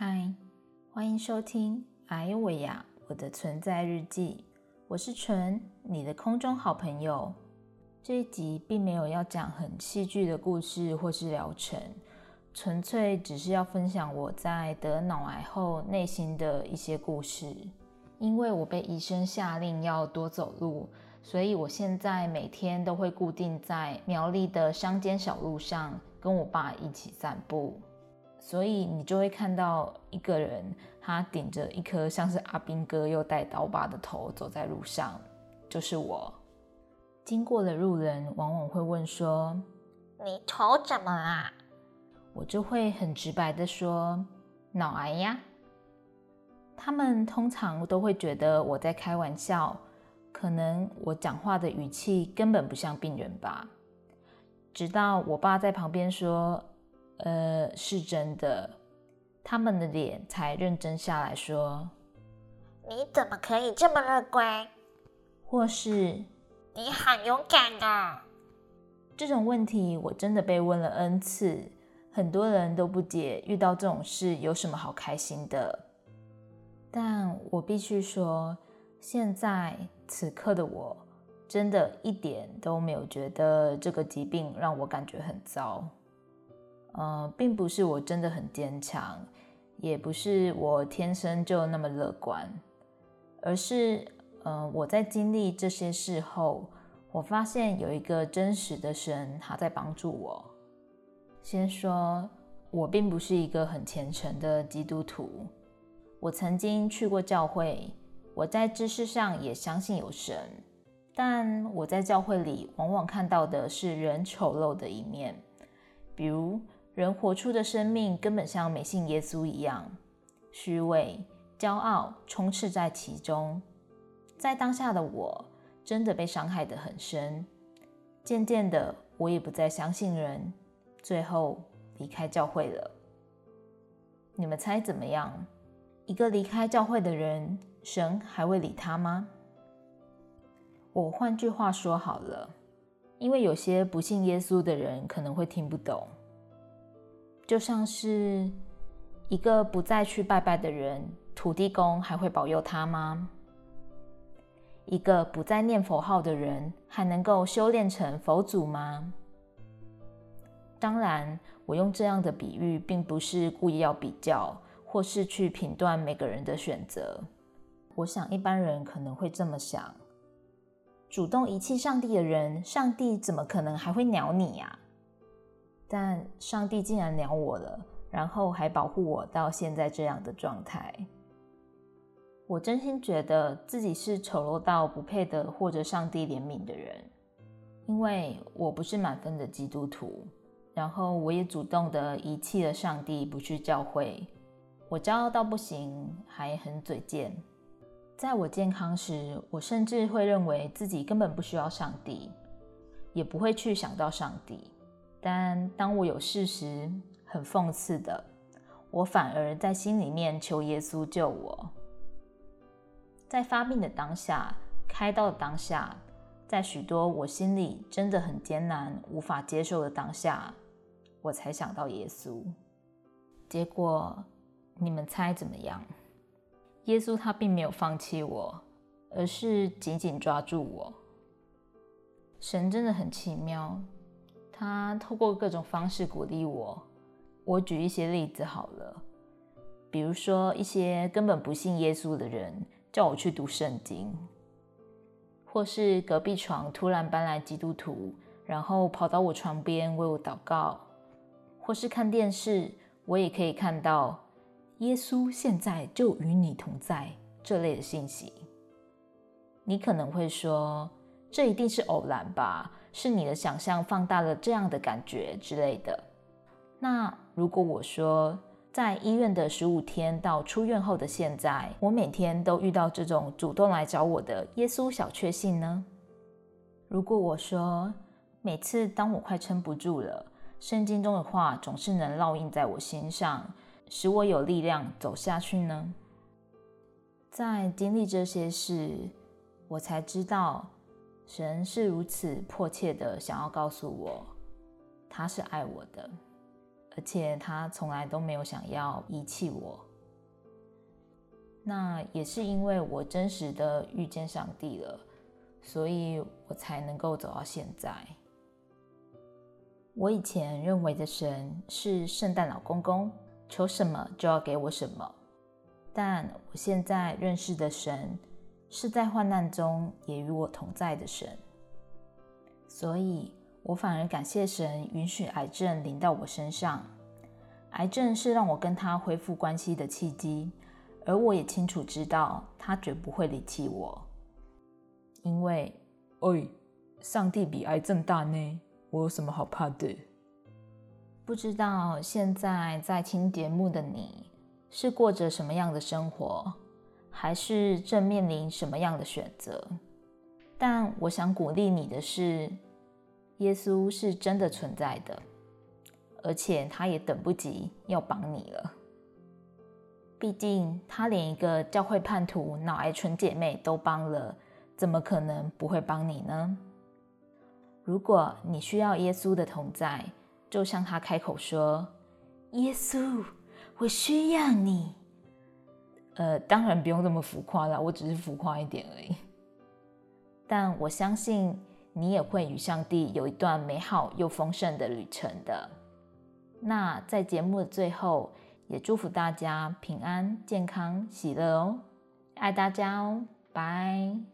嗨，欢迎收听哎呦喂呀，我的存在日记。我是纯，你的空中好朋友。这一集并没有要讲很戏剧的故事或是疗程，纯粹只是要分享我在得脑癌后内心的一些故事。因为我被医生下令要多走路，所以我现在每天都会固定在苗栗的乡间小路上跟我爸一起散步。所以你就会看到一个人，他顶着一颗像是阿兵哥又带刀疤的头走在路上，就是我。经过的路人往往会问说：“ 你头怎么啦？” 我就会很直白的说：“脑癌呀。”他们通常都会觉得我在开玩笑，可能我讲话的语气根本不像病人吧。直到我爸在旁边说：“是真的。”他们的脸才认真下来说：“ 你怎么可以这么乐观？” 或是你很勇敢的。 这种问题我真的被问了 N 次，很多人都不解遇到这种事有什么好开心的。但我必须说，现在此刻的我真的一点都没有觉得这个疾病让我感觉很糟。并不是我真的很坚强，也不是我天生就那么乐观，而是我在经历这些事后，我发现有一个真实的神，他在帮助我。先说，我并不是一个很虔诚的基督徒，我曾经去过教会，我在知识上也相信有神，但我在教会里往往看到的是人丑陋的一面，比如人活出的生命根本像没信耶稣一样，虚伪、骄傲充斥在其中。在当下的我真的被伤害得很深，渐渐的我也不再相信人，最后离开教会了。你们猜怎么样？一个离开教会的人，神还会理他吗？我换句话说好了，因为有些不信耶稣的人可能会听不懂。就像是一个不再去拜拜的人，土地公还会保佑他吗？一个不再念佛号的人，还能够修炼成佛祖吗？当然，我用这样的比喻，并不是故意要比较，或是去评断每个人的选择。我想一般人可能会这么想：主动遗弃上帝的人，上帝怎么可能还会鸟你呀？但上帝竟然鸟我了，然后还保护我到现在这样的状态。我真心觉得自己是丑陋到不配得获得上帝怜悯的人，因为我不是满分的基督徒，然后我也主动的遗弃了上帝，不去教会。我骄傲到不行，还很嘴贱。在我健康时，我甚至会认为自己根本不需要上帝，也不会去想到上帝。但当我有事时，很讽刺的，我反而在心里面求耶稣救我。在发病的当下，开刀的当下，在许多我心里真的很艰难、无法接受的当下，我才想到耶稣。结果，你们猜怎么样？耶稣他并没有放弃我，而是紧紧抓住我。神真的很奇妙，他透过各种方式鼓励我。我举一些例子好了，比如说一些根本不信耶稣的人叫我去读圣经，或是隔壁床突然搬来基督徒，然后跑到我床边为我祷告，或是看电视，我也可以看到耶稣现在就与你同在这类的信息。你可能会说，这一定是偶然吧，是你的想象放大了这样的感觉之类的。那如果我说，在医院的15天到出院后的现在，我每天都遇到这种主动来找我的耶稣小确幸呢？如果我说，每次当我快撑不住了，圣经中的话总是能烙印在我心上，使我有力量走下去呢？在经历这些事，我才知道神是如此迫切的想要告诉我，他是爱我的，而且他从来都没有想要遗弃我。 那也是因为我真实的遇见上帝了，所以我才能够走到现在。我以前认为的神是圣诞老公公，求什么就要给我什么，但我现在认识的神是在患难中也与我同在的神，所以我反而感谢神允许癌症临到我身上。癌症是让我跟他恢复关系的契机，而我也清楚知道他绝不会离弃我，因为上帝比癌症大呢，我有什么好怕的？不知道现在在听节目的你是过着什么样的生活，还是正面临什么样的选择？但我想鼓励你的是，耶稣是真的存在的，而且他也等不及要帮你了。毕竟他连一个教会叛徒脑癌纯姐妹都帮了，怎么可能不会帮你呢？如果你需要耶稣的同在，就向他开口说：耶稣，我需要你。当然不用这么浮夸啦，我只是浮夸一点而已。但我相信你也会与上帝有一段美好又丰盛的旅程的。那在节目的最后，也祝福大家平安、健康、喜乐哦！爱大家哦，拜。